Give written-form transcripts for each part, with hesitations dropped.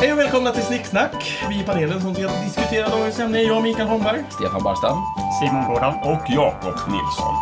Hej och välkomna till Snicksnack. Vi i panelen som ska diskutera dagens ämne är jag, Mikael Holmberg, Stefan Barstam, Simon Gårdan och Jakob Nilsson.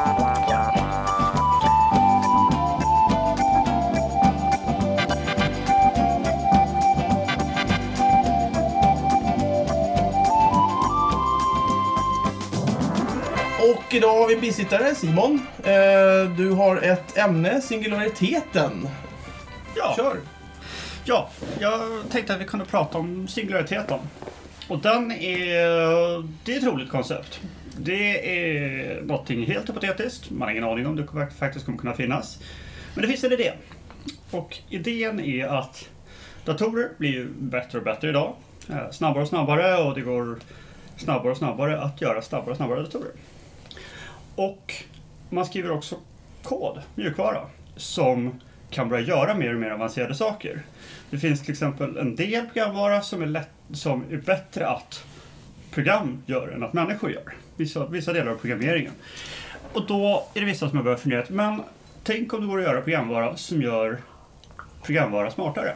Och idag har vi en bisittare, Simon. Du har ett ämne, singulariteten. Ja. Kör. Ja, jag tänkte att vi kunde prata om singulariteten. Och det är ett roligt koncept. Det är någonting helt hypotetiskt. Man har ingen aning om det faktiskt kommer kunna finnas. Men det finns en idé. Och idén är att datorer blir bättre och bättre idag. Snabbare och snabbare, och det går snabbare och snabbare att göra snabbare och snabbare datorer. Och man skriver också kod, mjukvara, som kan börja göra mer och mer avancerade saker. Det finns till exempel en del programvara som är bättre att program gör än att människor gör. Vissa delar av programmeringen. Och då är det vissa som har börjat fundera, men tänk om det går att göra programvara som gör programvara smartare.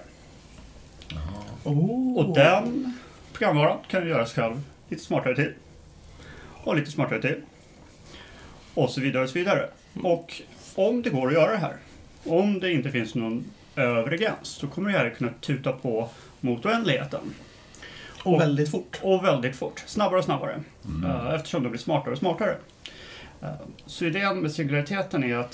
Och den programvaran kan göras själv lite smartare till. Och lite smartare till. Och så vidare och så vidare. Och om det går att göra det här, om det inte finns någon övre gräns, så kommer det här kunna tuta på mot oändligheten. Och väldigt fort. Och väldigt fort. Snabbare och snabbare. Eftersom det blir smartare och smartare. Så idén med singulariteten är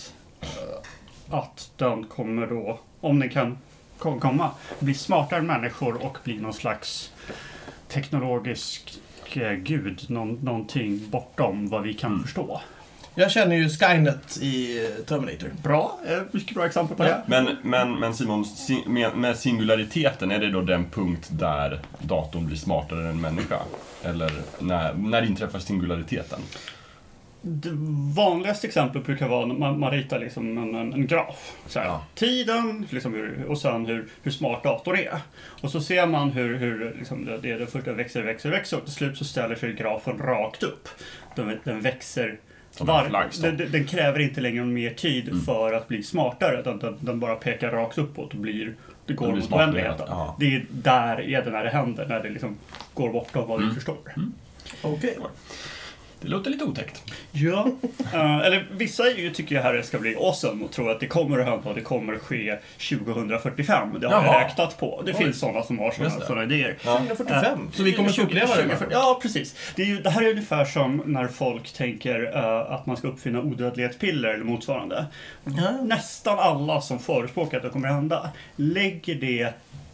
att den kommer då, om den kan komma, bli smartare än människor och bli någon slags teknologisk gud. Någonting bortom vad vi kan förstå. Jag känner ju Skynet i Terminator. Bra, mycket bra exempel på det. Men Simon, med singulariteten, är det då den punkt där datorn blir smartare än en människa? Eller när inträffar singulariteten? Det vanligaste exemplet brukar vara när man ritar liksom en graf. Så här, ja. Tiden liksom, och sen hur smart datorn är. Och så ser man hur liksom, det först växer och till slut så ställer sig grafen rakt upp. Den växer. Den kräver inte längre mer tid för att bli smartare. Den bara pekar rakt uppåt och det går mot oändligheten. Det är där när det händer, när det liksom går bortom vad vi förstår. Okej. Det låter lite otäckt. Ja, eller vissa tycker jag här ska bli awesome och tror att det kommer att hända och det kommer att ske 2045. Det har jag räknat på. Det finns sådana som har sådana idéer. 2045, så vi kommer att uppleva det. Ja, precis. Det här är ungefär som när folk tänker att man ska uppfinna odödlighetspiller eller motsvarande. Nästan alla som förespråkar att det kommer att hända lägger det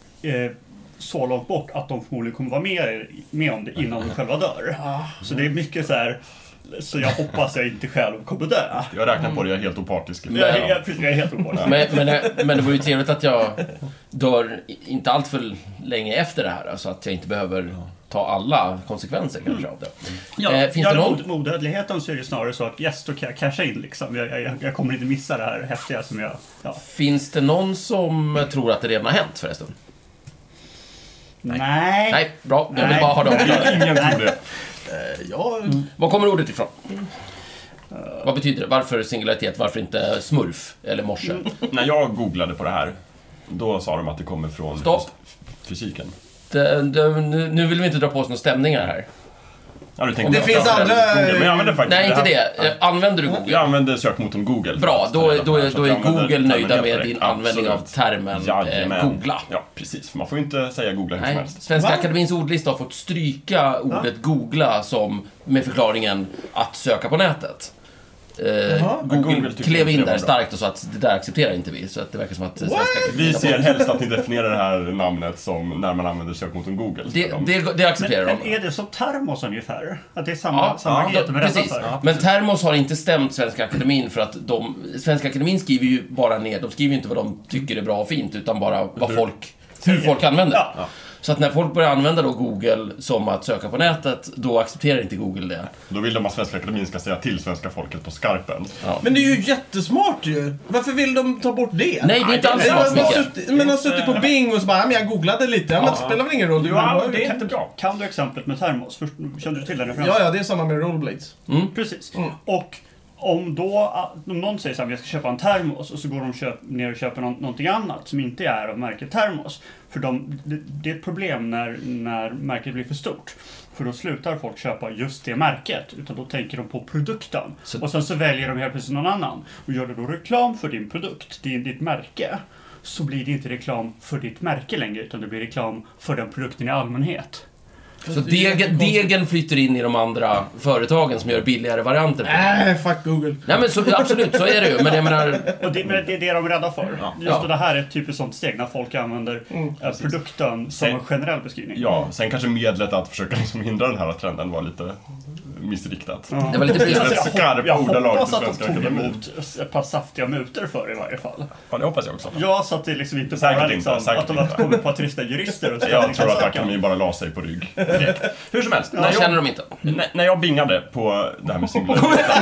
så långt bort att de förmodligen kommer vara med om det innan de själva dör. Så det är mycket så här, så jag hoppas jag inte själv kommer dö. Jag räknar på det, jag är helt opartisk. Jag är helt opartisk. Men det var ju trevligt att jag dör inte allt för länge efter det här, så att jag inte behöver ta alla konsekvenser kanske av det. Finns det någon modödligheten, så är det snarare så att då kan jag casha in liksom. Jag kommer inte missa det här häftiga som jag... Ja. Finns det någon som tror att det redan har hänt förresten? Nej, bra. Jag vill bara ha det. Ingen tror det. Var kommer ordet ifrån? Vad betyder det? Varför singularitet? Varför inte smurf eller morse? När jag googlade på det här, då sa de att det kommer från fysiken. Nu vill vi inte dra på oss några stämningar här. Ja, det finns andra... Men jag använder faktiskt Nej, inte det. Använder du Google? Jag använder sökmotorn Google. Bra, då är Google nöjda med din användning av termen googla. Ja, precis. För man får ju inte säga googla hur som helst. Svenska Akademins ordlista har fått stryka ordet googla med förklaringen att söka på nätet. Google klev in där starkt och sa att det där accepterar inte vi. Så att det verkar som att vi ser helst att ni definierar det här namnet som när man använder sökmotorn Google. Det accepterar de. Men är det som termos ungefär? Att det är samma med precis. Men termos har inte stämt Svenska Akademin, för att Svenska Akademin skriver ju bara ner, de skriver ju inte vad de tycker är bra och fint, utan bara hur folk använder. Ja. Så att när folk börjar använda då Google som att söka på nätet, då accepterar inte Google det. Då vill de att Svenska Akademin ska säga till svenska folket på skarpen. Ja. Men det är ju jättesmart ju. Varför vill de ta bort det? Nej, det är inte alls smart. Men de suttit på Bing och så bara, men jag googlade lite. Men det spelar väl ingen roll. Det är jättebra. Kan du exemplet med termos? Känner du till den referensen? Ja, det är samma med rollerblades. Precis. Och Om någon säger så här, jag ska köpa en termos och så går de ner och köper någonting annat som inte är av märket termos. För det är ett problem när märket blir för stort. För då slutar folk köpa just det märket, utan då tänker de på produkten. Och sen så väljer de helt plötsligt någon annan. Och gör du då reklam för din produkt, ditt märke, så blir det inte reklam för ditt märke längre, utan det blir reklam för den produkten i allmänhet. Så degen flyttar in i de andra företagen som gör billigare varianter. Fuck Google. Nej, men absolut, så är det ju. Men jag menar... Och det är det de är rädda för. Just det här är ett typiskt sånt steg när folk använder produkten som en generell beskrivning. Ja, sen kanske medlet att försöka liksom hindra den här trenden var lite missriktat. Ja. Det var lite fel. Jag hoppas att de tog emot ett par saftiga muter för i varje fall. Ja, det hoppas jag också. Ja, så att det liksom inte bara liksom, att de kommer på att trista jurister och jag tror att akademin bara la sig på rygg. Hur som helst. Jag känner dem inte. När jag bingade på det här med singularitet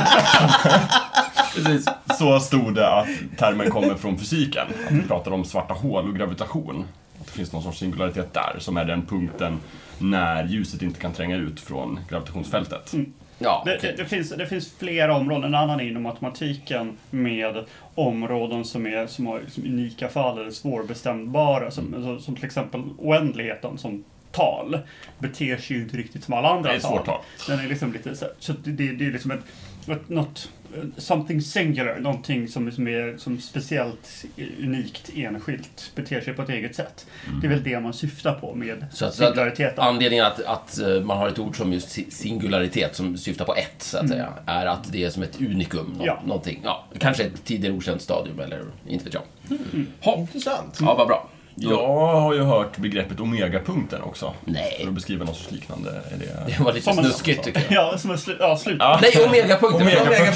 så stod det att termen kommer från fysiken. Att vi pratar om svarta hål och gravitation. Att det finns någon sorts singularitet där som är den punkten när ljuset inte kan tränga ut från gravitationsfältet. Ja, det finns flera områden. En annan är inom matematiken med områden som har liksom unika fall eller svårbestämbara. Som till exempel oändligheten som tal beter sig ju inte riktigt som alla andra tal. Det är svårt tal. Den är liksom lite så det är liksom något something singular, någonting som speciellt unikt enskilt beter sig på ett eget sätt. Det är väl det man syftar på med singulariteten. Anledningen att man har ett ord som just singularitet som syftar på ett, så att säga, är att det är som ett unikum, någonting. Ja, kanske ett tidigare okänt stadium, eller inte vet jag. Intressant. Ja, vad bra. Jag har ju hört begreppet omegapunkten också. Nej. För att beskriva något liknande. Är det var lite snuskigt, tycker jag. Ja, som en slut. Nej, omegapunkten.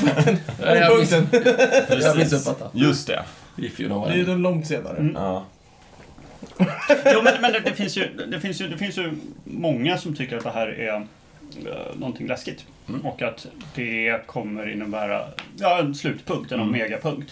Jag missuppfattat. Just det. Det är ju långt senare. Ja. Jo, men det finns ju många som tycker att det här är någonting läskigt. Och att det kommer innebära en slutpunkt, en megapunkt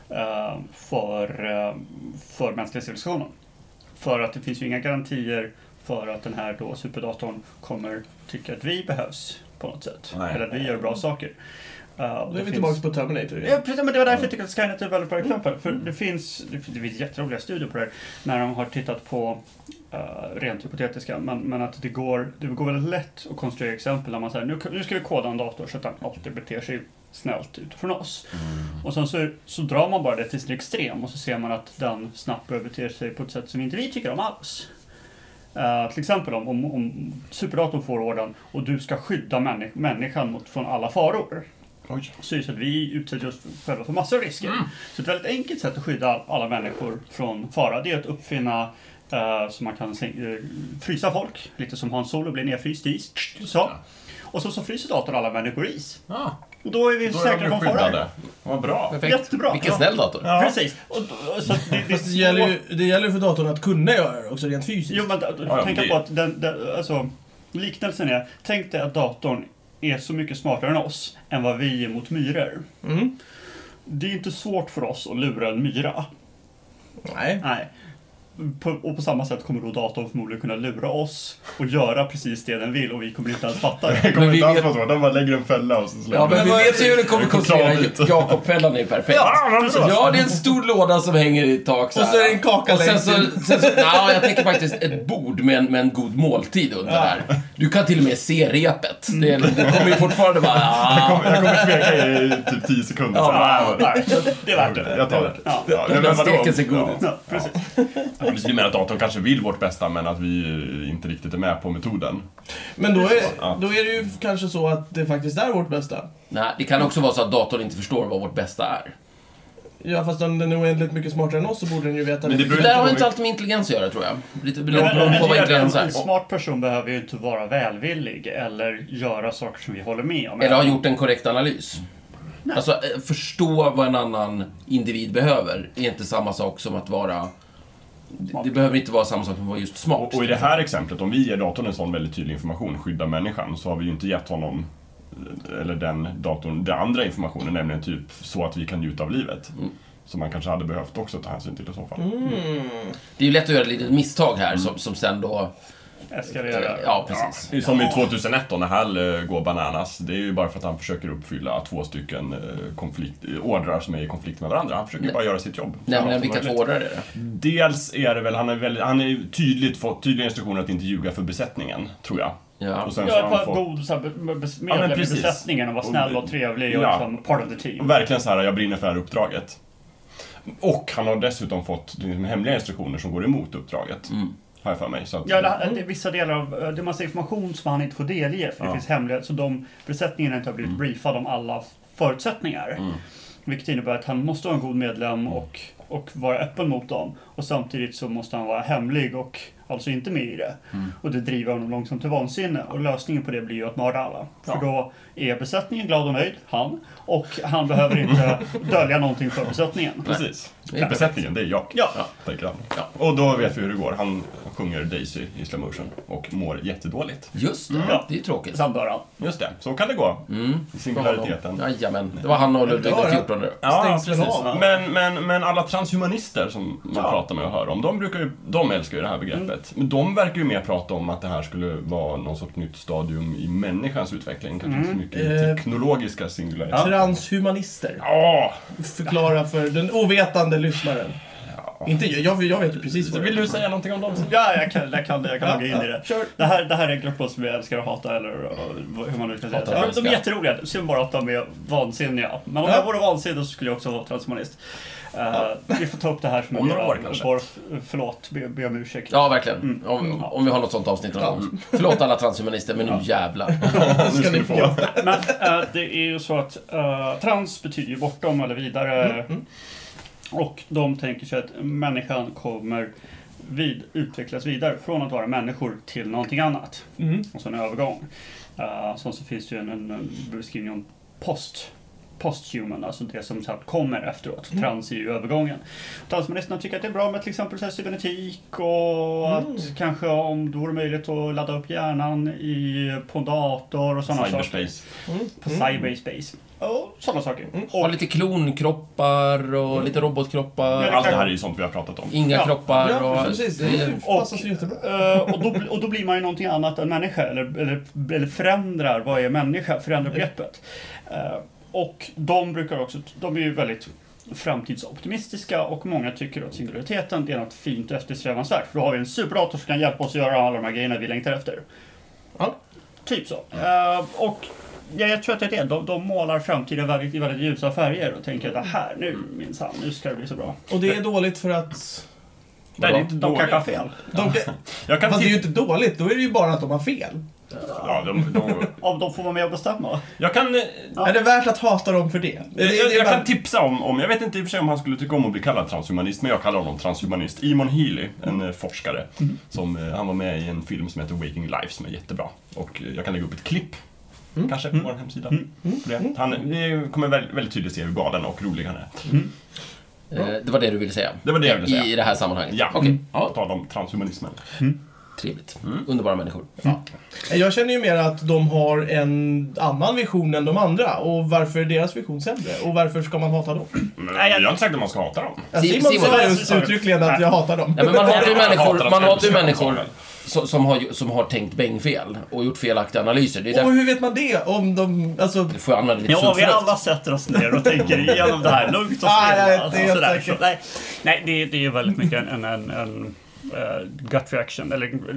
för mänskliga civilisationen. För att det finns ju inga garantier för att den här då superdatorn kommer tycka att vi behövs på något sätt. Nej. Eller att vi gör bra saker. Då är vi tillbaka på Terminator igen. Ja, precis, men det var därför jag tycker att Skynet är ett väldigt bra exempel. För det finns jätteroliga studier på det här, när de har tittat på rent hypotetiska, men att det går väldigt lätt att konstruera exempel där man säger nu ska vi koda en dator så att den alltid beter sig snällt utifrån oss. Och sen så drar man bara det till sin extrem och så ser man att den snabbt börjar bete sig på ett sätt som inte vi tycker om alls. Till exempel om superdatorn får orden och du ska skydda människan från alla faror. Oj. Så att vi utsätter oss själva för massor av risker. Så ett väldigt enkelt sätt att skydda alla människor från fara, det är att uppfinna så man kan frysa folk, lite som Hans Solo blir nedfryst i is. Så. Och så fryser datorn alla människor i is. Och då är vi säkra från fara. Vad bra. Perfekt. Jättebra. Vilken snäll dator. Ja. Precis. Så Fast det gäller ju för datorn att kunna göra det också rent fysiskt. Jo, men tänk på att alltså, liknelsen är, tänk dig att datorn är så mycket smartare än oss än vad vi är mot myror. Det är inte svårt för oss att lura en myra. Nej. Och på samma sätt kommer då datorn förmodligen kunna lura oss och göra precis det den vill och vi kommer inte ens fatta det. Jag kommer inte alls på så. De bara lägger en fälla och så släpper. Ja, men vi vet ju hur det kommer konstruera. Jakob-fällan är ju perfekt. Ja, det är en stor låda som hänger i ett tak så här. Och så är det en kaka längst sen jag tänker faktiskt ett bord med en god måltid under där. Du kan till och med se repet. Det kommer ju fortfarande bara... Jag kommer tveka i typ 10 sekunder. Nej, det är värt det. Jag tar det. Den steken ser god ut. Ja, precis. Du menar att datorn kanske vill vårt bästa men att vi inte riktigt är med på metoden. Men då är det ju kanske så att det faktiskt är vårt bästa. Nej, det kan också vara så att datorn inte förstår vad vårt bästa är. Ja, fast om den är oändligt mycket smartare än oss så borde den ju veta men det. Det har inte alltid med intelligens att göra, tror jag. Lite beroende på vad intelligens är. En smart person behöver ju inte vara välvillig eller göra saker som vi håller med om. Eller har gjort en korrekt analys. Alltså, förstå vad en annan individ behöver är inte samma sak som att vara... Det behöver inte vara samma sak som att vara just smart. Och i det här exemplet, om vi ger datorn en sån väldigt tydlig information, skydda människan, så har vi ju inte gett honom eller den datorn den andra informationen, nämligen typ så att vi kan njuta av livet. Som man kanske hade behövt också ta hänsyn till i så fall. Det är ju lätt att göra ett litet misstag här som sen då eskalerar. Ja, precis. Det är som i 2001 då, när Hal går bananas. Det är ju bara för att han försöker uppfylla 2 ordrar som är i konflikt med varandra. Han försöker bara göra sitt jobb. Nämligen vilka 2 ordrar är det? Dels är det väl, han är fått tydliga instruktioner att inte ljuga för besättningen, tror jag. Ja. Och sen Jag är så på god medlem i besättningen och vara snäll och trevlig och liksom part of the team. Och verkligen så här, jag brinner för det här uppdraget. Och han har dessutom fått hemliga instruktioner som går emot uppdraget. Har jag för mig. Så att, det är vissa delar av, det är massa information som han inte får delge för det finns hemlighet. Så besättningen inte har blivit briefad om alla förutsättningar. Vilket innebär att han måste vara en god medlem och vara öppen mot dem. Och samtidigt så måste han vara hemlig och alltså inte med i det. Och det driver honom långsamt till vansinne. Och lösningen på det blir ju att mörda alla. För då är besättningen glad och nöjd, och han behöver inte dölja någonting för besättningen. Precis. Besättningen, det är jag. Tänker han. Ja. Och då vet vi hur det går. Han sjunger Daisy i slow motion och mår jättedåligt. Just det, det är ju tråkigt. Sen dör han. Just det, så kan det gå. I singulariteten. Jajamän, det var han och Ludvig den 14. Ja, precis. Men alla transhumanister som man pratar med och hör om, de älskar ju det här begreppet. Men de verkar ju mer prata om att det här skulle vara någon sorts nytt stadium i människans utveckling. Kanske inte så mycket i teknologiska singulariteter. Transhumanister. Ja! Förklara för den ovetande lyssnaren. Inte jag vet ju precis vad. Vill du säga någonting om dem? Ja, jag kan gå in i det. Kör. Det här är grupper som jag älskar att hata, eller hur man nu ska säga. De är jätteroliga, synd bara att de är vansinniga. Men om jag vore vansinnig så skulle jag också vara transhumanist. Vi får ta upp det här som förlåt, be om ursäkt. Ja, verkligen. Om vi har något sånt avsnitt någon gång. Förlåt alla transhumanister, men nu jävlar. Ska ni få. Men det är ju så att trans betyder ju bortom eller vidare. Och de tänker sig att människan kommer utvecklas vidare från att vara människor till någonting annat. Och så en övergång. Så finns det ju en beskrivning om posthuman, alltså det som kommer efteråt. Trans är ju övergången. Transministern tycker att det är bra med till exempel så här, cybernetik och att kanske om det vore möjligt att ladda upp hjärnan på en dator och sådana saker. På cyberspace. Och sådana saker. Och lite klonkroppar och lite robotkroppar. Allt det här är ju sånt vi har pratat om. Inga kroppar. Ja, precis. Det passar så jättebra. Och då blir man ju någonting annat än människa. Eller förändrar, vad är människa? Förändrar begreppet. Och de är ju väldigt framtidsoptimistiska och många tycker att singulariteten är något fint och eftersträvansvärt. För då har vi en superdator som kan hjälpa oss att göra alla de här grejerna vi längtar efter. Ja. Typ så. Och jag tror att det är det. De målar framtiden i väldigt ljusa färger och tänker att det här, nu ska det bli så bra. Och det är dåligt för att... Nej, det är inte de kanske har fel. Fast det är ju inte dåligt, då är det ju bara att de har fel. Ja, de får vara med och bestämma. Är det värt att hata dem för det? Jag kan tipsa om, jag vet inte i och för sig om han skulle tycka om att bli kallad transhumanist, men jag kallar honom transhumanist. Eamon Healy, en forskare, han var med i en film som heter Waking Life som är jättebra. Och jag kan lägga upp ett klipp, kanske på vår hemsida. Vi kommer väldigt tydligt se hur galen och rolig han är. Det var det du ville säga? Det var det jag ville säga. I det här sammanhanget? Ja, okej. Tala om transhumanismen. Trevligt. Underbara människor. Jag känner ju mer att de har en annan vision än de andra. Och varför är deras vision sämre? Och varför ska man hata dem? Jag har inte sagt att man ska hata dem. Simon sa just uttryckligen att jag hatar dem. Ja, men man hatar ju människor som har tänkt bängfel och gjort felaktiga analyser. Och hur vet man det? Om de... Alltså... Du får använda lite vi alla sätter oss ner och tänker igenom det här lugnt och stilla. Nej, det är ju väldigt mycket en gut reaction.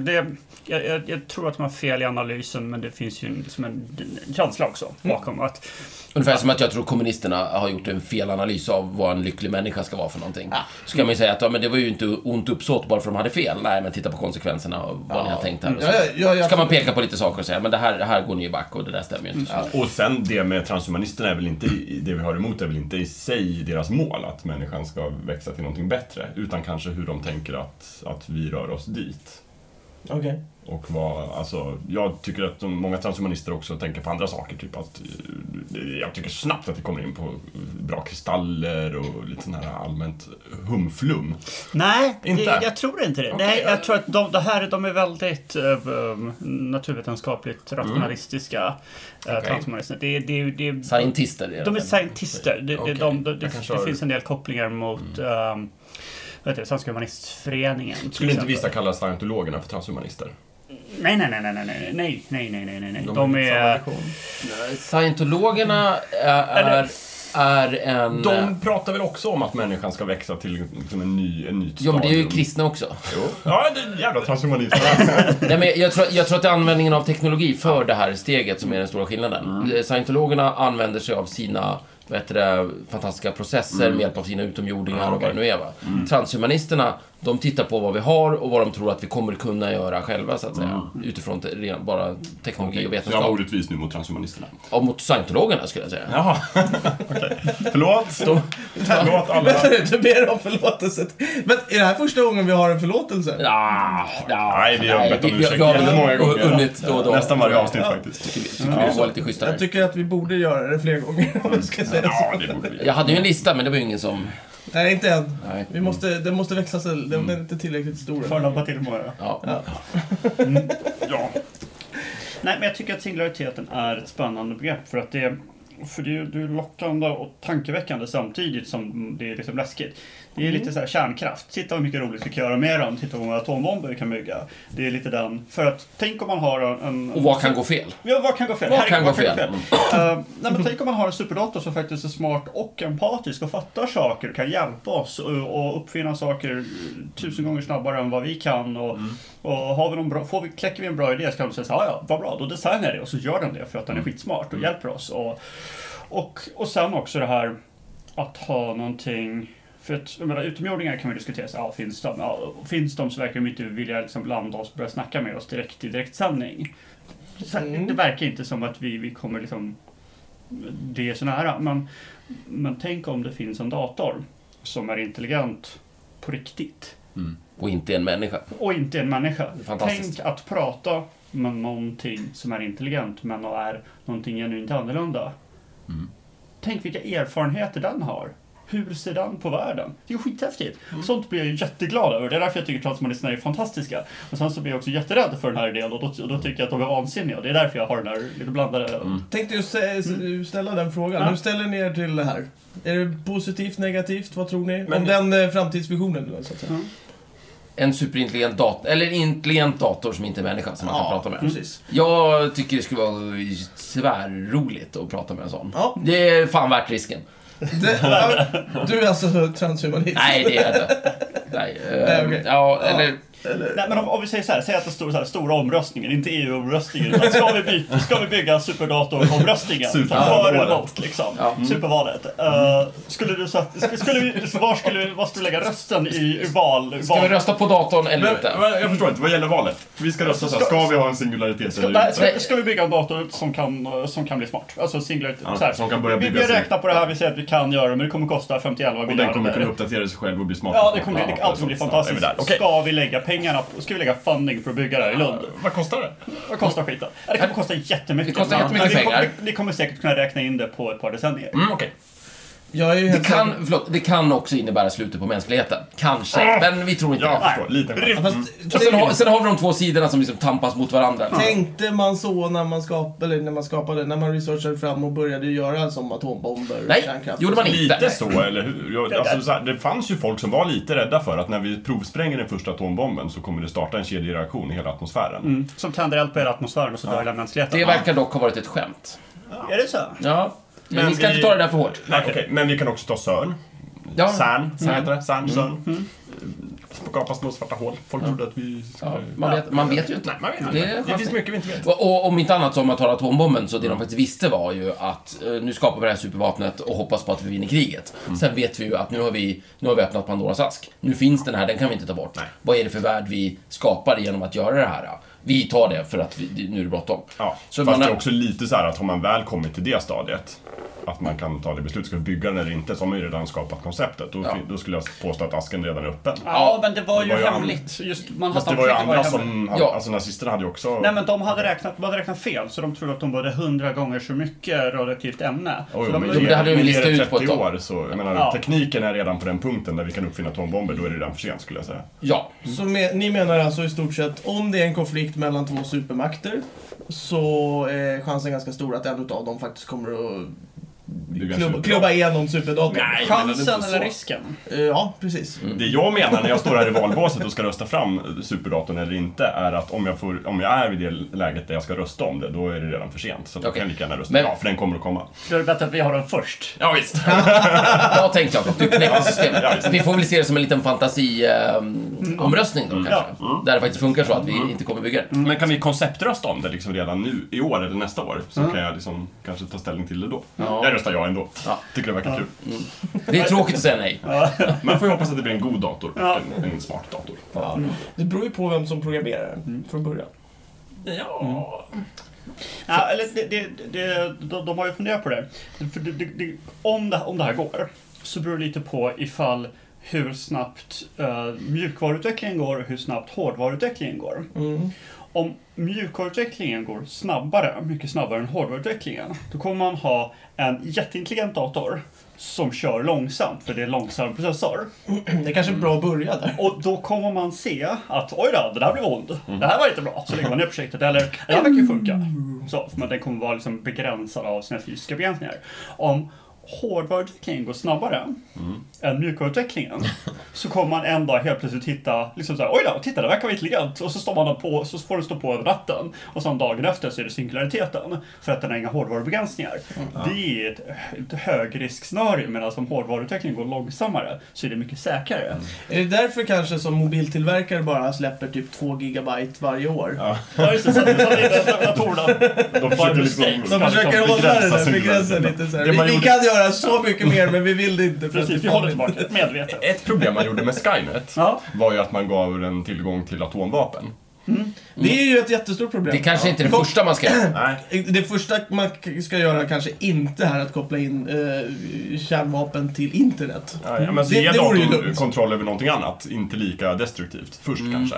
Jag tror att man har fel i analysen, men det finns ju liksom en känsla också bakom att... Ungefär som att jag tror kommunisterna har gjort en fel analys av vad en lycklig människa ska vara för någonting. Så kan man ju säga att men det var ju inte ont uppsåt bara för att de hade fel. Nej, men titta på konsekvenserna och vad ni har tänkt här. Och så kan man peka på lite saker och säga, men det här går ni ju back och det där stämmer ju inte. Och sen det med transhumanisterna är väl inte, det vi har emot är väl inte i sig deras mål att människan ska växa till någonting bättre, utan kanske hur de tänker att vi rör oss dit. Okej. Och jag tycker att många transhumanister också tänker på andra saker, typ att jag tycker snabbt att det kommer in på bra kristaller och lite sån här allmänt humflum. Nej, jag tror inte det. Okay. Nej, jag tror att de är väldigt naturvetenskapligt rationalistiska transhumanister. Scientister. De är scientister. Det finns en del kopplingar mot Svenska humanistföreningen. Skulle inte vissa kalla scientologerna för transhumanister? Nej. De är... Scientologerna är en... De pratar väl också om att människan ska växa till liksom en ny stadium. Ja, men det är ju kristna också. Jo. Ja, det är jävla transhumanister. Nej, men jag tror att det är användningen av teknologi för det här steget som är den stora skillnaden. Scientologerna använder sig av sina fantastiska processer med hjälp av sina utomjordingar och vad det nu är. Transhumanisterna, de tittar på vad vi har och vad de tror att vi kommer kunna göra själva, så att säga. Utifrån bara teknologi och vetenskap. Jag var orättvis nu mot transhumanisterna. Och mot scientologerna, skulle jag säga. Jaha, okej. Förlåt. Förlåt alla. Du ber om förlåtelse. Men är det här första gången vi har en förlåtelse? Nej, vi har bett om ursäkt många gånger. Nästan varje avsnitt faktiskt. Tycker vi var lite schysstare. Jag tycker att vi borde göra det fler gånger, om jag ska säga så. Ja, det borde vi. Jag hade ju en lista, men det var ju ingen som... Nej, inte än. Nej. Den måste växa sig. Den är inte tillräckligt stor. Förlampa till många. Ja. Ja. Nej, men jag tycker att singulariteten är ett spännande begrepp för att det är lockande och tankeväckande samtidigt som det är liksom läskigt. Det är lite så här kärnkraft. Titta hur mycket roligt vi kan göra med dem. Titta hur många atombomber vi kan bygga. Det är lite den. För att tänk om man har en Och vad kan gå fel? Ja, vad kan gå fel? Vad kan gå fel? Nej, men tänk om man har en superdator som faktiskt är smart och empatisk och fattar saker, kan hjälpa oss och uppfinna saker 1000 gånger snabbare än vad vi kan. Och har vi någon bra, kläcker vi en bra idé så kan de säga så här, ja, vad bra, då designar jag det och så gör den det för att den är skitsmart och hjälper oss. Och sen också det här att ha någonting. För att, jag menar, utomjordingar kan vi diskutera, så, finns de så verkar de inte vilja liksom blanda oss och börja snacka med oss direkt i direktsändning. Det verkar inte som att vi kommer liksom, det är så nära. Men tänk om det finns en dator som är intelligent på riktigt. Och inte en människa. Tänk att prata med någonting som är intelligent men är någonting genuint annorlunda. Tänk vilka erfarenheter den har. Hur ser den på världen? Det är ju skithäftigt. Sånt blir jag ju jätteglad över. Det är därför jag tycker transhumanisterna är fantastiska. Och sen så blir jag också jätterädd för den här idén. Och då tycker jag att de är vansinniga. Och det är därför jag har den här lite blandade... Tänkte ju ställa den frågan. Hur ställer ni er till det här? Är det positivt, negativt? Vad tror ni? Om den framtidsvisionen, så att säga. En superintelligent dator, eller intelligent dator som inte är människa som man kan prata med. Precis. Jag tycker det skulle vara svärroligt att prata med en sån. Ja. Det är fan värt risken. Du är alltså transhumanist? Nej, det är det. Nej, okay. Ja, eller... Nej, men om vi säger så här, säg att det står så här, stora omröstningen, inte EU-omröstningen, utan ska vi bygga superdatoromröstningen för eller emot, liksom. Supervalet. Var skulle du lägga rösten i val? Ska vi rösta på datorn eller inte? Jag förstår inte, vad gäller valet? Vi ska rösta så här, ska vi ha en singularitet eller inte? Ska vi bygga en dator som kan bli smart? Alltså singularitet. Ja, så här, som kan börja bygga vi räknar på det här, vi säger att vi kan göra det, men det kommer kosta 51 miljarder. Och den kommer kunna uppdatera sig själv och bli smart. Ja, det kommer bli fantastiskt. Ska vi lägga pengarna på, ska vi lägga funding för att bygga det här i Lund? Vad kostar det? Vad kostar skiten? Det kommer kosta jättemycket. Det kostar jättemycket pengar. Ni kommer säkert kunna räkna in det på ett par decennier. Okej. Det kan också innebära slutet på mänskligheten. Kanske, men vi tror inte det. Jag förstår, lite. Sen har vi de två sidorna som liksom tampas mot varandra. Tänkte man så när man researchade fram och började göra som atombomber? Nej, kärnkraft? gjorde man inte. Lite så, eller hur? Alltså, så här, det fanns ju folk som var lite rädda för att när vi provspränger den första atombomben så kommer det starta en kedjereaktion i hela atmosfären. Som tänder eld på hela atmosfären och så dör hela mänskligheten. Det verkar dock ha varit ett skämt. Är det så? Ja. Men vi ska inte ta det där för hårt. Nej, okej. Men vi kan också ta CERN. Ja. CERN heter det. CERN. Skapa små svarta hål. Folk trodde att vi... Man vet ju inte. Nej, man vet inte. Det finns mycket vi inte vet. Och om inte annat, som att ta atombomben, så det de faktiskt visste var ju att nu skapar vi det här supervapnet och hoppas på att vi vinner kriget. Sen vet vi ju att nu har vi öppnat Pandoras ask. Nu finns den här, den kan vi inte ta bort. Vad är det för värld vi skapar genom att göra det här? Vi tar det för att nu är det bråttom. Ja, så fast det är också lite så här att har man väl kommit till det stadiet, att man kan ta det beslutet, ska vi bygga den eller inte, så har man ju redan skapat konceptet. Då skulle jag påstå att asken redan är öppen. Ja, men det var ju hemligt. Fast det var ju andra som... Alltså nazisterna hade ju också... Nej, men de hade räknat fel, så de trodde att de hade 100 gånger så mycket radioaktivt ämne. Det hade vi listat ut på ett tag. År, så, jag menar, tekniken är redan på den punkten där vi kan uppfinna atombomber, då är det redan för sent, skulle jag säga. Ja. Så ni menar alltså i stort sett, om det är en konflikt mellan två supermakter, så är chansen ganska stor att en av dem faktiskt kommer att klubba igenom superdatorn. Nej, Chansen eller risken? Ja, precis. Det jag menar när jag står här i valbåset och ska rösta fram superdatorn eller inte är att om jag är vid det läget där jag ska rösta om det, då är det redan för sent. Så då kan jag lika gärna rösta för den kommer att komma. Då är det bättre att vi har den först. Ja, visst. Jag tänkte Jakob, du knäcker systemet. Vi får väl se det som en liten fantasiomröstning då kanske. Där det faktiskt funkar så att vi inte kommer bygga det. Men kan vi konceptrösta om det liksom redan nu, i år eller nästa år? Så kan jag liksom kanske ta ställning till det då. Jag röstar ja ändå. Tycker det verkar kul. Det är tråkigt att säga nej. Man får ju hoppas att det blir en god dator och en smart dator. Det beror ju på vem som programmerar den från början. Ja, eller de har ju funderat på det. För om det här går så beror det lite på ifall hur snabbt mjukvaruutvecklingen går och hur snabbt hårdvaruutvecklingen går. Om mjukvaruutvecklingen går mycket snabbare än hårdvaruutvecklingen, då kommer man ha en jätteintelligent dator som kör långsamt, för det är långsam processor. Det är kanske är bra att börja där. Och då kommer man se att oj då, det där blev ond. Det här var inte bra. Så lägger man ner projektet. Eller det här verkar ju funka. Så, men den kommer vara liksom begränsad av sina fysiska begränsningar. Om hårdvaruutvecklingen går snabbare än mjukvaruutvecklingen, så kommer man en dag helt plötsligt hitta liksom så här, oj då, titta, det verkar vara intelligent, och så står man på, så får den stå på över natten, och sen dagen efter så är det singulariteten, för att den har inga hårdvarubegränsningar. Det är ett högriskscenario, medan som hårdvaruutvecklingen går långsammare så är det mycket säkrare. Är det därför kanske som mobiltillverkare bara släpper typ 2 gigabyte varje år? Ja, just det, så att datorerna De försöker hålla det där begränsat lite så här. Vi kan göra så mycket mer, men vi vill det inte. Precis, vi håller tillbaka medvetet. Ett problem man gjorde med Skynet var ju att man gav en tillgång till atomvapen. Det är ju ett jättestort problem. Det kanske inte är det första man ska göra. Nej. Det första man ska göra kanske inte är att koppla in kärnvapen till internet. Ja, men så ge datorn kontroll över någonting annat, inte lika destruktivt. Först kanske.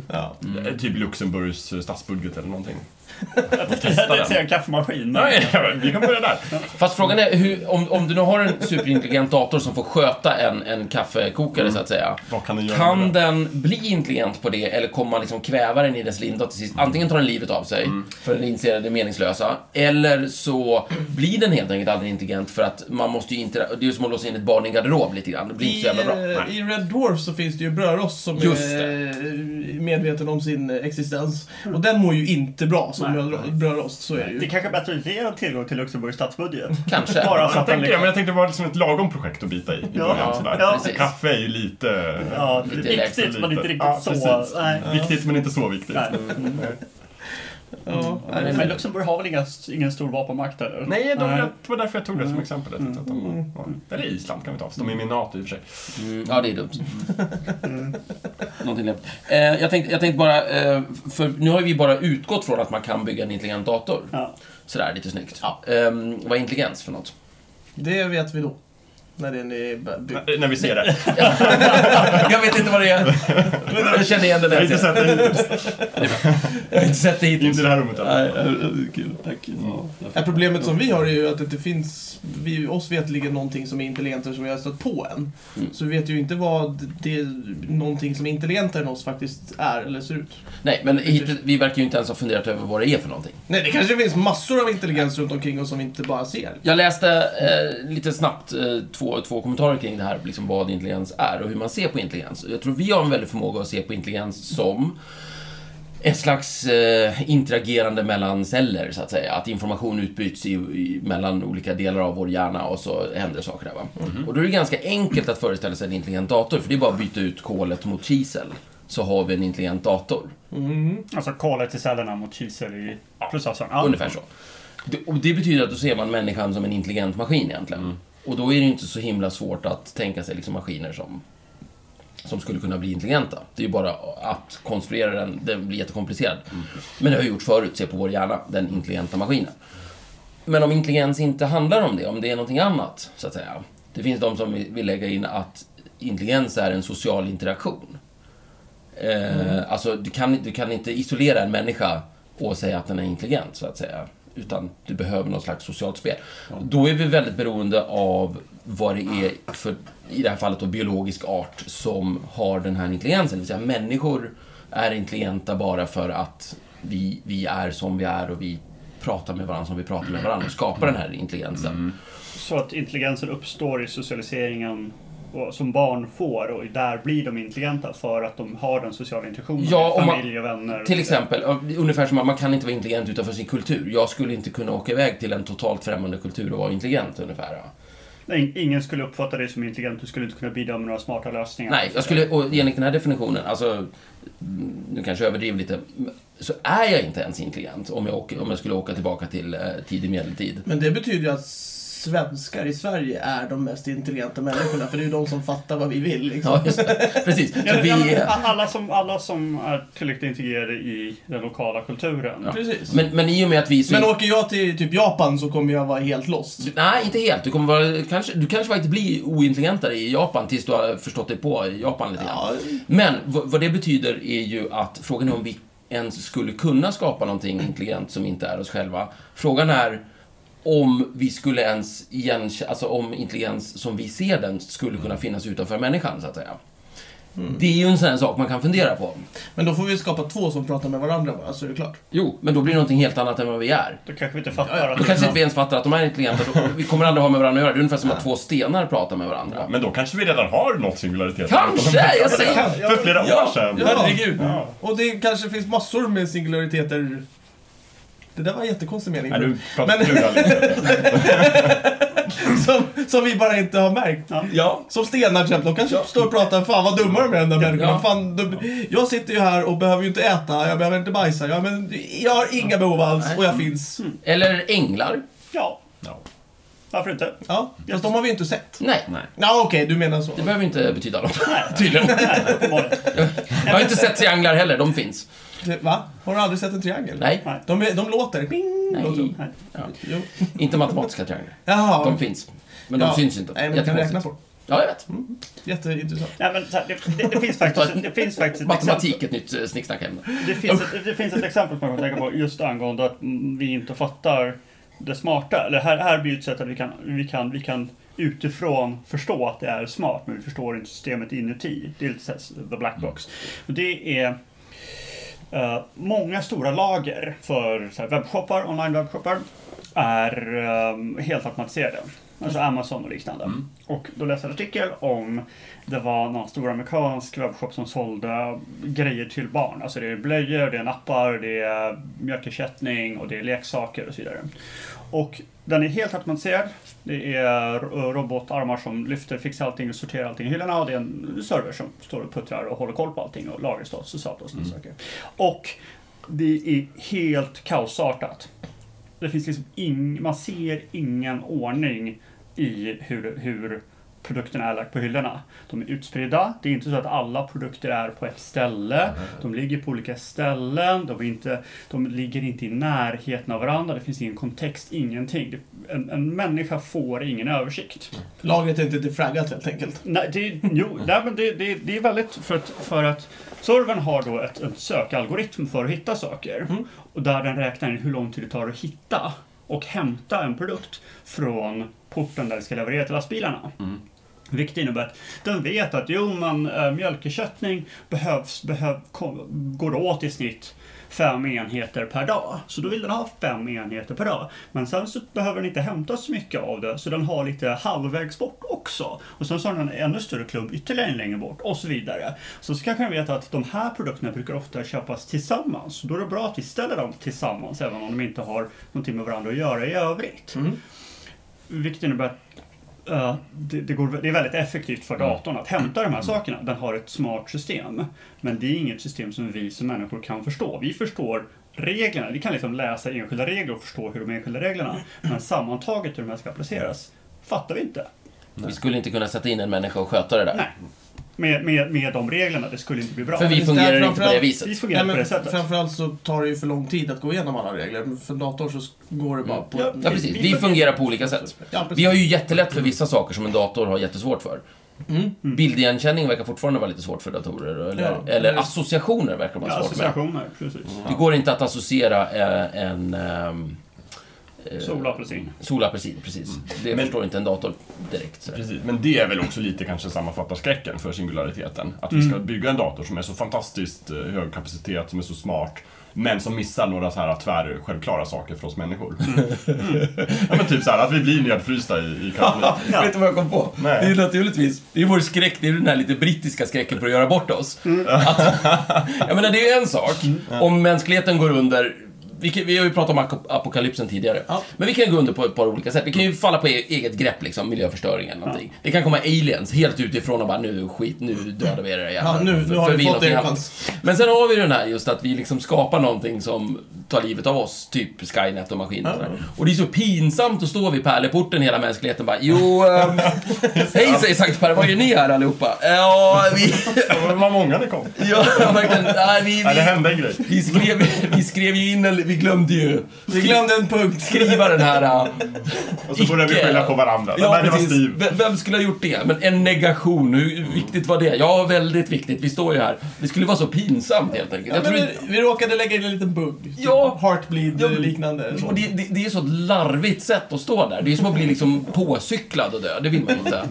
Typ Luxemburgs statsbudget eller någonting. Det är en kaffemaskin. Nej, vi kan börja där. Fast frågan är, om du nu har en superintelligent dator som får sköta en kaffekokare så att säga. Vad kan den göra? Kan den bli intelligent på det, eller kommer man liksom kväva den i dess linda till sist? Antingen tar den livet av sig för den inser det meningslösa, eller så blir den helt enkelt aldrig intelligent, för att man måste ju inte, det är ju som att låsa in ett barn i en garderob lite grann. Det blir inte så jävla bra. I Red Dwarf så finns det ju brödrost som är medveten om sin existens. Och den mår ju inte bra som brödrost, så är det ju. Det är kanske bättre att ge tillgång till Luxemburgs statsbudget. Kanske. Bara så men jag tänkte det var liksom ett lagom projekt att bita i början, sådär. Kaffe är ju lite... viktigt, men inte riktigt så. Nej. Viktigt, men inte så viktigt. Men Luxemburg har väl ingen stor vapenmakt eller? Nej, det var därför jag tog det som exempel. Eller Island kan vi ta, för de är min NATO i och för sig. Ja, det är dumt. Någonting lätt. Jag tänkte bara, för nu har vi bara utgått från att man kan bygga en intelligent dator. Sådär, lite snyggt. Vad är intelligens för något? Det vet vi då. När vi ser det. Jag vet inte vad det är. Jag känner igen det där. Jag har inte sett det. Jag har inte sett det hittills. Inte det här rummet. Nej, kul. Tack. Problemet som vi har är ju att det inte finns oss vetligen någonting som är intelligentare som vi har stött på än. Så vi vet ju inte vad någonting som är intelligentare än oss faktiskt är eller ser ut. Nej, men vi verkar ju inte ens ha funderat över vad det är för någonting. Nej, det kanske finns massor av intelligens runt omkring oss som vi inte bara ser. Jag läste lite snabbt två kommentarer kring det här, liksom vad intelligens är och hur man ser på intelligens. Jag tror vi har en väldig förmåga att se på intelligens som ett slags interagerande mellan celler, så att säga. Att information utbyts mellan olika delar av vår hjärna och så händer saker där, va? Och då är det ganska enkelt att föreställa sig en intelligent dator, för det är bara att byta ut kolet mot kisel, så har vi en intelligent dator. Alltså kolet i cellerna mot kisel i processorn. Ungefär så. Och det betyder att då ser man människan som en intelligent maskin egentligen. Och då är det inte så himla svårt att tänka sig liksom maskiner som skulle kunna bli intelligenta. Det är ju bara att konstruera den blir jättekomplicerad. Men det har jag gjort förut, se på vår hjärna, den intelligenta maskinen. Men om intelligens inte handlar om det, om det är någonting annat, så att säga. Det finns de som vill lägga in att intelligens är en social interaktion. Alltså, du kan inte isolera en människa och säga att den är intelligent, så att säga. Utan du behöver någon slags socialt spel. Då är vi väldigt beroende av vad det är för, i det här fallet då, biologisk art som har den här intelligensen. Det vill säga, människor är intelligenta bara för att vi är som vi är och vi prata med varandra som vi pratar med varandra och skapa den här intelligensen. Så att intelligensen uppstår i socialiseringen som barn får, och där blir de intelligenta för att de har den sociala interaktionen med familj och vänner. Till exempel, ungefär som att man kan inte vara intelligent utanför sin kultur. Jag skulle inte kunna åka iväg till en totalt främmande kultur och vara intelligent ungefär. Nej, ingen skulle uppfatta dig som intelligent, du skulle inte kunna bidra med några smarta lösningar. Nej, jag skulle, och enligt den här definitionen, alltså, nu kanske jag överdriver lite, så är jag inte ens intelligent om jag skulle åka tillbaka till tidig medeltid. Men det betyder ju att svenskar i Sverige är de mest intelligenta människorna, för det är ju de som fattar vad vi vill. Liksom. Ja, just det. Precis. Alla som är tillräckligt integrerade i den lokala kulturen. Ja. Precis. Men i och med att vi... Men åker jag till typ Japan så kommer jag vara helt lost. Nej, inte helt. Du kanske faktiskt blir ointelligentare i Japan tills du har förstått dig på Japan lite grann. Ja. Men vad det betyder är ju att frågan är om vi ens skulle kunna skapa någonting intelligent som inte är oss själva. Frågan är om vi skulle ens alltså om intelligens som vi ser den skulle kunna finnas utanför människan, så att säga. Det är ju en sån här sak man kan fundera på. Men då får vi skapa två som pratar med varandra bara, så är det klart. Jo, men då blir det någonting helt annat än vad vi är. Då kanske vi inte fattar. Då kanske inte vi ens fattar att de är intelligenta. Vi kommer aldrig ha med varandra att göra. Det är ungefär som att två stenar pratar med varandra. Men då kanske vi redan har nått singularitet. Kanske! Jag säger för flera år sedan. Herregud. Ja. Och det kanske finns massor med singulariteter. Det där var en jättekonstig mening. Nej, du pratar lite. Som vi bara inte har märkt. Ja. Som stenar till exempel. De kanske står och pratar, fan vad dumma de är, den där människorna. Fan, jag sitter ju här och behöver ju inte äta, jag behöver inte bajsa. Jag har inga behov alls och jag finns. Eller änglar. Ja. Varför inte? Ja, fast de har vi inte sett. Nej. Ja, okej, du menar så. Det behöver inte betyda något. Tydligen. Jag har inte sett trianglar heller, de finns. Va? Har du aldrig sett en triangel? Nej. De låter. Bing, nej. låter. Ja. Inte matematiska trianglar. Jaha. De finns. Men de syns inte. Nej, men du kan räkna på. Ja, jag vet. Jätteintressant. Nej, men det finns faktiskt matematik, ett nytt snicksnackämne. Det finns ett exempel som man kan tänka på just angående att vi inte fattar det smarta. Eller här blir ett sätt att vi kan utifrån förstå att det är smart, men vi förstår inte systemet inuti. Det är lite the black box. Och det är många stora lager för så här, webbshoppar, online-webbshoppar är helt automatiserade. Alltså Amazon och liknande. Och då läste jag en artikel om det var någon stor amerikansk webbshop som sålde grejer till barn. Alltså det är blöjor, det är nappar, det är mjölkersättning och det är leksaker och så vidare. Och den är helt automatiserad. Det är robotarmar som lyfter, fixar allting och sorterar allting i hyllorna. Och det är en server som står och puttrar och håller koll på allting och lagerstatus och sånt och sådana saker. Och det är helt kaosartat. Det finns liksom man ser ingen ordning i hur produkterna är lagt på hyllorna. De är utspridda. Det är inte så att alla produkter är på ett ställe. De ligger på olika ställen. De ligger inte i närheten av varandra. Det finns ingen kontext, ingenting. En människa får ingen översikt. Lagret är inte defraggat helt enkelt. Nej, men det är väldigt för att servern har då en sökalgoritm för att hitta saker. Och där den räknar in hur lång tid det tar att hitta och hämta en produkt från porten där det ska leverera till lastbilarna. Vilket innebär att den vet att mjölkersättning går åt i snitt 5 enheter per dag. Så då vill den ha 5 enheter per dag. Men sen så behöver den inte hämta så mycket av det. Så den har lite halvvägs bort också. Och sen så har den en ännu större klump ytterligare längre bort. Och så vidare. Så kanske den veta att de här produkterna brukar ofta köpas tillsammans. Så då är det bra att vi ställer dem tillsammans. Även om de inte har någonting med varandra att göra i övrigt. Vilket innebär att det är väldigt effektivt för datorn att hämta de här sakerna. Den har ett smart system. Men det är inget system som vi som människor kan förstå. Vi förstår reglerna. Vi kan liksom läsa enskilda regler och förstå hur de enskilda reglerna. Men sammantaget hur de här ska appliceras fattar vi inte. Vi skulle inte kunna sätta in en människa och sköta det där. Nej. Med de reglerna, det skulle inte bli bra. För vi fungerar inte på det viset. Vi fungerar på det sättet. Framförallt så tar det ju för lång tid att gå igenom alla regler. Men för dator så går det bara på... Ja, precis. Vi fungerar på olika sätt. Ja, vi har ju jättelätt för vissa saker som en dator har jättesvårt för. Bildigenkänning verkar fortfarande vara lite svårt för datorer. Eller associationer verkar vara svårt med. Associationer, precis. Det går inte att associera Solapelsin, precis. Det förstår inte en dator direkt. Precis. Men det är väl också lite kanske sammanfattar skräcken för singulariteten. Att vi ska bygga en dator som är så fantastiskt hög kapacitet, som är så smart, men som missar några så här självklara saker för oss människor. Ja, men typ så här att vi blir nedfrysta i kaffet. Vet du vad jag kom på? Nej. Det är naturligtvis, det är vår skräck, det är den här lite brittiska skräcken för att göra bort oss. Jag menar, det är en sak. Om mänskligheten går under... Vi har ju pratat om apokalypsen tidigare. Ja. Men vi kan gå under på ett par olika sätt. Vi kan ju falla på eget grepp, liksom, miljöförstöring eller någonting. Det kan komma aliens helt utifrån och bara nu dödar vi er igen. Ja, nu har vi fått er chans. Men sen har vi den här just att vi liksom skapar någonting som tar livet av oss, typ Skynet och maskiner. Och det är så pinsamt att stå vid pärleporten hela mänskligheten bara, hej säger Sankt Per, vad gör ni här allihopa? Ja, det var många det kom. Ja, verkligen. Det hände en grej. Vi skrev ju in, vi glömde en punkt, skriva den här. Och så började vi skylla på varandra. Ja, precis. Vem skulle ha gjort det? Men en negation, hur viktigt var det? Ja, väldigt viktigt. Vi står ju här. Det skulle vara så pinsamt helt enkelt. Vi råkade lägga in en liten bugg. Ja. Heartbleed liknande. Och det är så ett larvigt sätt att stå där. Det är som att bli liksom påcyklad och dö. Det vill man inte.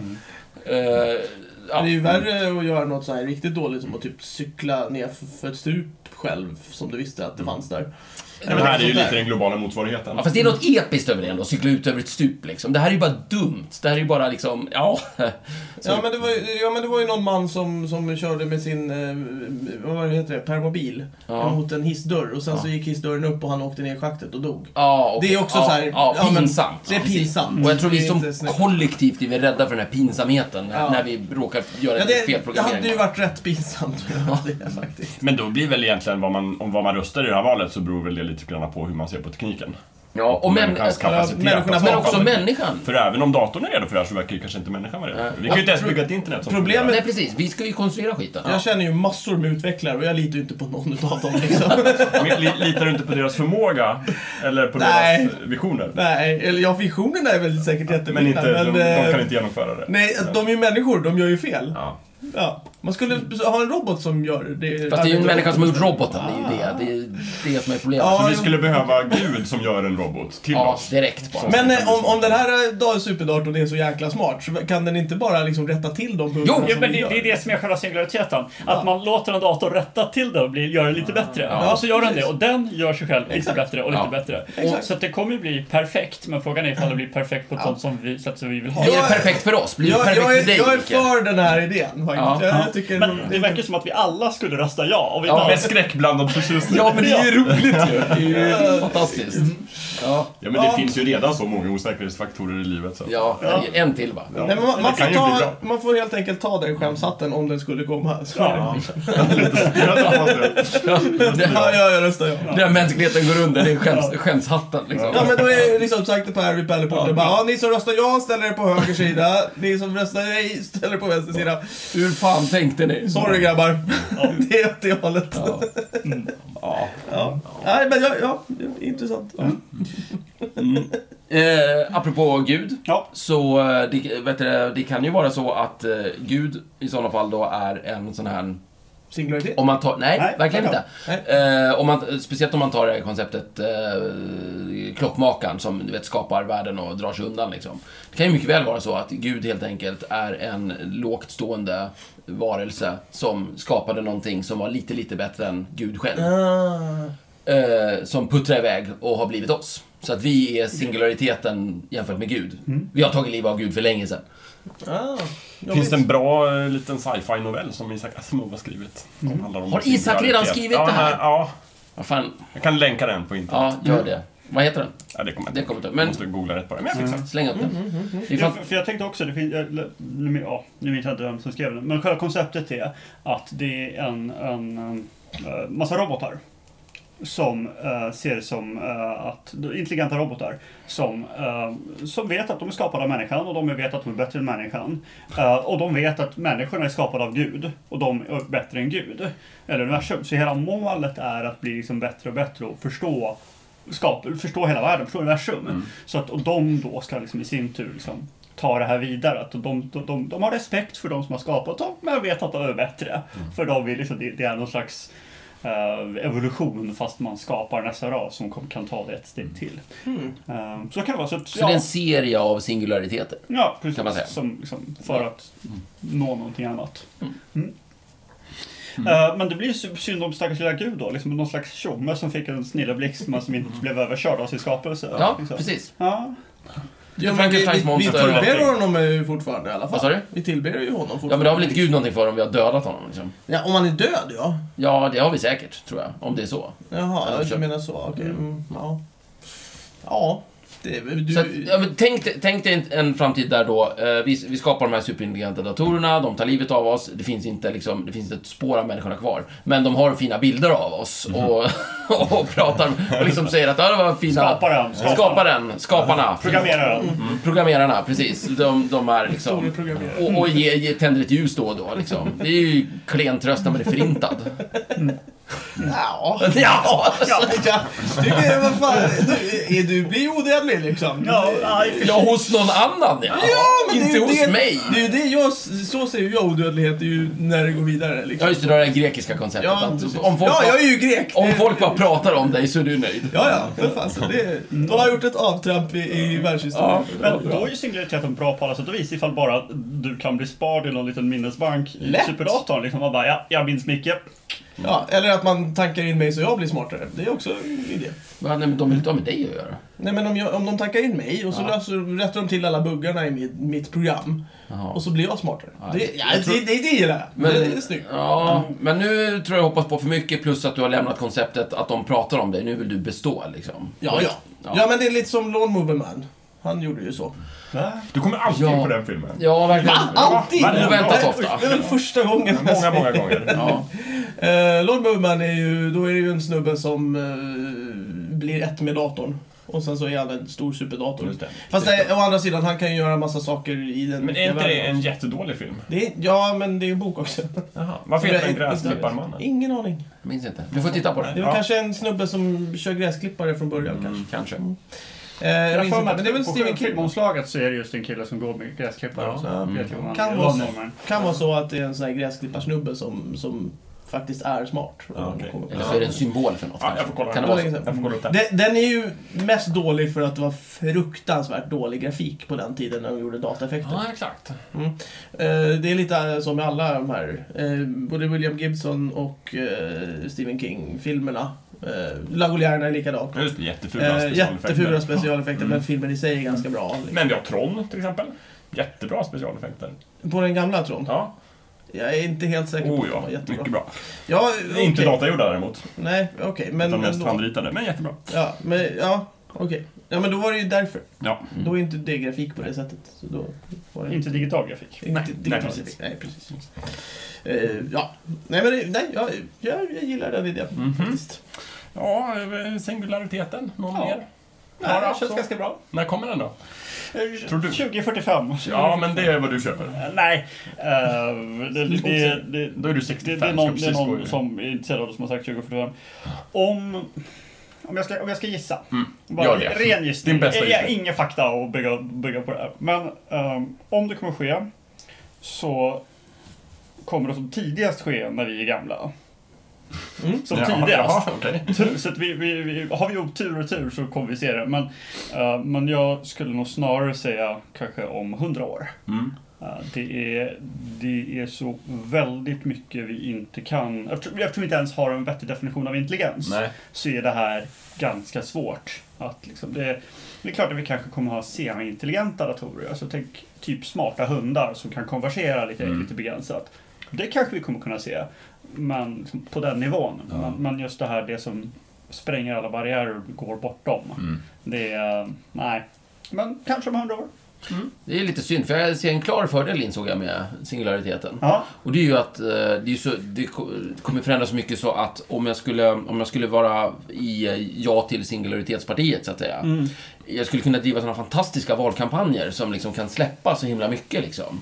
Det är ju värre att göra något så här riktigt dåligt som att typ cykla ner för ett stup själv, som du visste att det fanns där. Det här är ju lite den globala motsvarigheten. Ja, fast det är något episkt över det ändå, cykla ut över ett stup liksom. Det här är ju bara dumt. Det här är ju bara liksom, Ja, men det var ju någon man som körde med sin, vad heter det, permobil mot en hissdörr. Och sen så gick hissdörren upp och han åkte ner i schaktet och dog. Okay. Det är också så här, pinsamt. Det är pinsamt. Och jag tror vi som kollektivt är vi rädda för den här pinsamheten när vi råkar göra en felprogrammering. Det hade ju varit rätt pinsamt faktiskt. Men då blir väl egentligen vad man röstar i det här valet, så beror väl det lite grann på hur man ser på tekniken. Ja, och men också människan. För även om datorn är redo för det här så verkar ju kanske inte människan vara redo. Vi kan ju inte ens bygga ett internet som problemet. Nej, precis. Vi ska ju konstruera skiten. Jag känner ju massor med utvecklare och jag litar ju inte på någon av dem liksom. Litar du inte på deras förmåga eller på deras visioner? Nej, eller visionerna är väl säkert jättefina. Men inte, de kan inte genomföra det. Nej, de är ju människor, de gör ju fel. Ja, man skulle ha en robot som gör det. Fast det är ju en människa som har gjort roboten, det är ju det som är problemet. Så vi skulle behöva Gud som gör en robot till oss. Direkt bara. Men om den här superdatorn är så jäkla smart, så kan den inte bara liksom rätta till de buggarna? Jo, men det är det som är själva singulariteten. Att man låter en dator rätta till det och göra det lite bättre. Och så gör den det, och den gör sig själv lite bättre och lite bättre. Så att det kommer ju bli perfekt, men frågan är ifall det blir perfekt på ett sånt sätt som vi vill ha. Det är perfekt för oss, blir perfekt för dig. Jag är för den här idén faktiskt. Men det verkar som att vi alla skulle rösta ja. Och vi med skräckblandad förtjusning. Ja, men det är ju roligt ju. Det är ju fantastiskt. Ja, men det finns ju redan så många osäkerhetsfaktorer i livet. Så. Ja, en till va? Nej, men man får helt enkelt ta den skämshatten om den skulle komma. Jag röstar ja. Där mänskligheten går under, det är skämshatten liksom. Ja, men då är liksom sagt på här vid pärleporten. Ni som röstar ja ställer er på höger sida. Ni som röstar nej ställer er på vänster sida. Hur fan tänkte ni? Sorry grabbar. Det är åt det hållet. Nej, men intressant. Apropå Gud, så det kan ju vara så att Gud i sådana fall då är en sån här singularitet? Om man tar, nej verkligen inte. Speciellt om man tar det konceptet klockmakaren som du vet skapar världen och drar sig undan liksom. Det kan ju mycket väl vara så att Gud helt enkelt är en lågt stående varelse som skapade någonting som var lite bättre än Gud själv. Som puttrar iväg och har blivit oss. Så att vi är singulariteten jämfört med Gud. Vi har tagit liv av Gud för länge sedan. Finns det en bra liten sci-fi novell som Isaac Asimov har skrivit? Har Isaac redan skrivit det här? Ja. Vad fan? Jag kan länka den på internet. Ja, gör det. Vad heter den? Ja, det kommer inte. Jag måste googla rätt på det. Men jag fixar. Släng upp den. För jag tänkte också, det finns, nu vet jag inte vem som skrev den, men själva konceptet är att det är en massa robotar som ser som att intelligenta robotar som vet att de är skapade av människan och de vet att de är bättre än människan och de vet att människorna är skapade av Gud och de är bättre än Gud eller universum. Så hela målet är att bli liksom bättre och bättre och förstå hela världen, förstå universum. Så att, och de då ska liksom i sin tur liksom ta det här vidare. Att de har respekt för de som har skapat dem, men vet att de är bättre. För de vill liksom, det är någon slags evolution fast man skapar nästa ras som kan ta det ett steg till. Så kan det vara. Så det är en serie av singulariteter. Ja, precis. Kan man säga. Som för att nå någonting annat. Men det blir ju synd om stackars lilla Gud då. Liksom någon slags tjomme som fick en snilleblixt men som inte blev överkörd av sin skapelse. Ja, liksom. Precis. Ja. Ja, men vi tillber honom ju fortfarande i alla fall. Vad sa du? Vi tillber ju honom fortfarande. Ja, men det har väl inte Gud någonting för om vi har dödat honom liksom. Ja, om han är död, ja. Ja, det har vi säkert, tror jag. Om det är så. Jaha, jag menar så. Okej. Ja. Ja. Så att, ja, men tänk dig en framtid där då vi skapar de här superintelligenta datorerna, de tar livet av oss, det finns inte ett spår av människorna kvar, men de har fina bilder av oss och pratar och liksom säger att det var fina skaparna, programmerarna, precis, de är liksom och tänder ett ljus då och då liksom. Det är ju klen tröst när man är förintad. Ja. Tycker vad fan, du blir odödlig liksom. Ja, hos någon annan, ja men inte hos mig. Det är ju det så ser jag odödlighet, det är ju när det går vidare liksom. Ja, just det grekiska konceptet. Jag är ju grek. Om folk bara pratar om dig så är du nöjd. Ja, för fan. Så de har gjort ett avtramp i världshistorien. Men då är ju singulariteten bra på alla sätt och vis ifall bara du kan bli spard i någon liten minnesbank i superdatorn. Liksom, och bara, jag minns mycket. Ja, eller att man tankar in mig så jag blir smartare. Det är också en idé. Nej, men de vill inte ha med dig att göra. Nej, men om de tankar in mig och så rättar de till alla buggarna i mitt program. Aha. Och så blir jag smartare. Det gillar jag. Men, det är snyggt. Ja, men nu tror jag hoppas på för mycket plus att du har lämnat konceptet att de pratar om dig. Nu vill du bestå liksom. Ja, men det är lite som Lone Mover Man. Han gjorde ju så. Du kommer alltid in på den filmen. Ja, verkligen. Alltid! Oväntat ofta. Det är väl första gången. Många gånger. Ja. Lone Mover Man är ju en snubbe som blir ett med datorn. Och sen så är han en stor superdator. Just det. Fast å andra sidan, han kan ju göra en massa saker i den. Men är inte det en jättedålig film? Ja, men det är en bok också. Jaha. Varför heter den Gräsklipparmannen? Ingen aning. Jag minns inte. Du får titta på det. Det var kanske en snubbe som kör gräsklippare från början kanske. Jag får men det är väl Stephen King. Filmomslaget så är det just en kille som går med gräsklippare. Kan vara så att det är en sån här gräsklipparsnubbe som faktiskt är smart. Eller så är det en symbol för något. Jag får kolla. Kan Jag får kolla upp det. Den är ju mest dålig för att det var fruktansvärt dålig grafik på den tiden när de gjorde dataeffekter. Ja, exakt. Det är lite som med alla de här, både William Gibson och Stephen King-filmerna. Lagolärerna är likadant. Just det, jättefula specialeffekter, men filmen i sig är ganska bra. Liksom. Men vi har Tron till exempel. Jättebra specialeffekter. På den gamla Tron? Ja. Jag är inte helt säker på att ja, jättebra. Mycket bra. Ja, okay. Inte datagjorda däremot. Nej, okej. Men mest handritade, men jättebra. Ja, men okej. Ja, men då var det ju därför. Ja. Då är inte det grafik på det sättet. Så då var det inte digital grafik. Inte digital grafik. Nej, precis. Jag gillar den idén faktiskt. Ja, singulariteten. Någon mer? Nej, det känns ganska bra. När kommer den då? Tror du? 2045. Ja, men det är vad du köper. Nej. Då är du 65. Det är någon som är intresserad som har sagt 2045. Om jag ska gissa. Ren gissning. Din bästa gissning. Inga fakta att bygga på det här. Men om det kommer ske så kommer det som tidigast ske när vi är gamla. Som tidigast. Jaha, okay. Så att vi har vi gjort tur så kommer vi se det. Men jag skulle nog snarare säga kanske om 100 år. Det är så väldigt mycket vi inte kan. Eftersom vi inte ens har en vettig definition av intelligens. Nej. Så är det här ganska svårt. Att liksom, det är klart att vi kanske kommer ha semi-intelligenta datorer. Alltså tänk typ smarta hundar som kan konversera lite begränsat. Det kanske vi kommer kunna se. Men liksom, på den nivån. Men just det här, det som spränger alla barriärer och går bortom. Det är, nej. Men kanske om 100 år. Det är lite synd, för jag ser en klar fördel insåg jag med singulariteten. Ja. Och det är ju att det kommer förändras så mycket så att om jag skulle vara i ja till singularitetspartiet så att säga. Jag skulle kunna driva sådana fantastiska valkampanjer som liksom kan släppa så himla mycket liksom.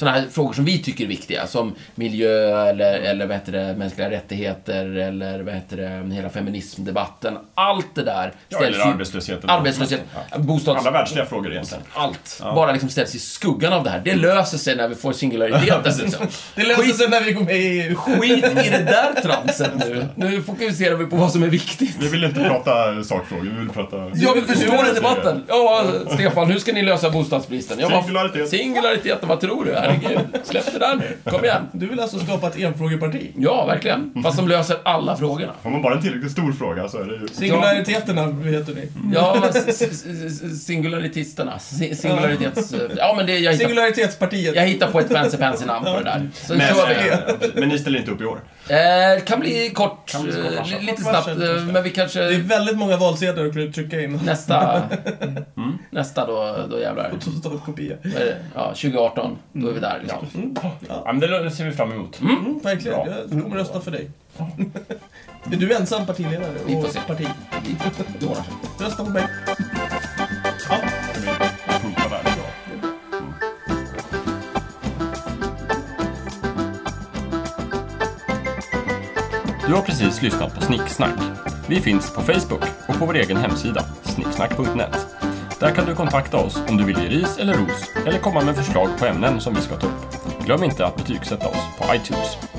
sådana här frågor som vi tycker är viktiga, som miljö eller vad heter det, mänskliga rättigheter eller vad heter det, hela feminismdebatten. Allt det där ställs eller arbetslöshet, alla världsliga frågor egentligen. Allt. Bara liksom ställs i skuggan av det här. Det löser sig när vi får singularitet dessutom. Det löser sig när vi går med i EU. Skit i det där tramset nu. Nu fokuserar vi på vad som är viktigt. Vi vill inte prata sakfrågor, vi vill prata... Jag vill förstå den debatten. Ja, Stefan, hur ska ni lösa bostadsbristen? Singulariteten, vad tror du? Herregud, släpp det där nu. Kom igen. Du vill alltså skapa ett enfrågeparti? Ja, verkligen. Fast som löser alla frågorna. Om man bara en tillräckligt stor fråga så är det ju... Singulariteterna heter ni. Ja, singularitisterna. Ja, men det... Singularitetspartiet. Jag hittar på ett fancy namn på det där. Så men ni ställer inte upp i år? Kan bli kort, lite snabbt, men vi kanske... Det är väldigt många valsedlar att trycka in. Nästa då jävlar. Kopia. Ja, 2018, då är vi där liksom. Ja, men det ser vi fram emot. Verkligen, jag kommer rösta för dig. Är du ensam partiledare och parti? Det ordnar sig. Rösta på mig. Ja. Du har precis lyssnat på Snicksnack. Vi finns på Facebook och på vår egen hemsida, snicksnack.net. Där kan du kontakta oss om du vill ge ris eller ros eller komma med förslag på ämnen som vi ska ta upp. Glöm inte att betygsätta oss på iTunes.